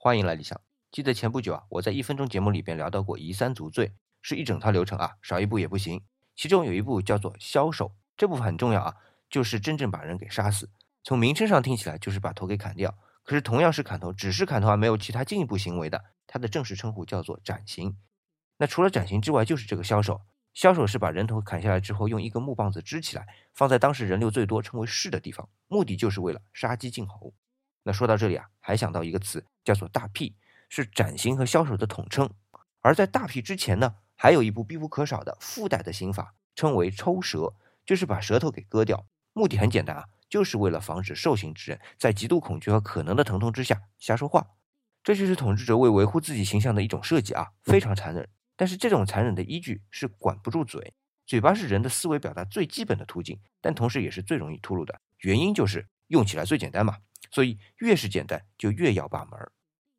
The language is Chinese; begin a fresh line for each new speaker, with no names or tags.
欢迎来理想。记得前不久我在1分钟节目里边聊到过夷三足罪，是一整套流程少一步也不行。其中有一步叫做枭首，这部分很重要就是真正把人给杀死。从名称上听起来就是把头给砍掉，可是同样是砍头，只是砍头没有其他进一步行为的，它的正式称呼叫做斩刑。那除了斩刑之外，就是这个枭首。枭首是把人头砍下来之后，用一根木棒子支起来，放在当时人流最多称为市的地方，目的就是为了杀鸡儆猴。那说到这里还想到一个词叫做大辟，是斩刑和枭首的统称。而在大辟之前呢，还有一部必不可少的附带的刑法，称为抽舌，就是把舌头给割掉。目的很简单就是为了防止受刑之人在极度恐惧和可能的疼痛之下瞎说话。这就是统治者为维护自己形象的一种设计非常残忍。但是这种残忍的依据是管不住嘴，嘴巴是人的思维表达最基本的途径，但同时也是最容易秃噜的，原因就是用起来最简单嘛。所以越是简单就越要把门。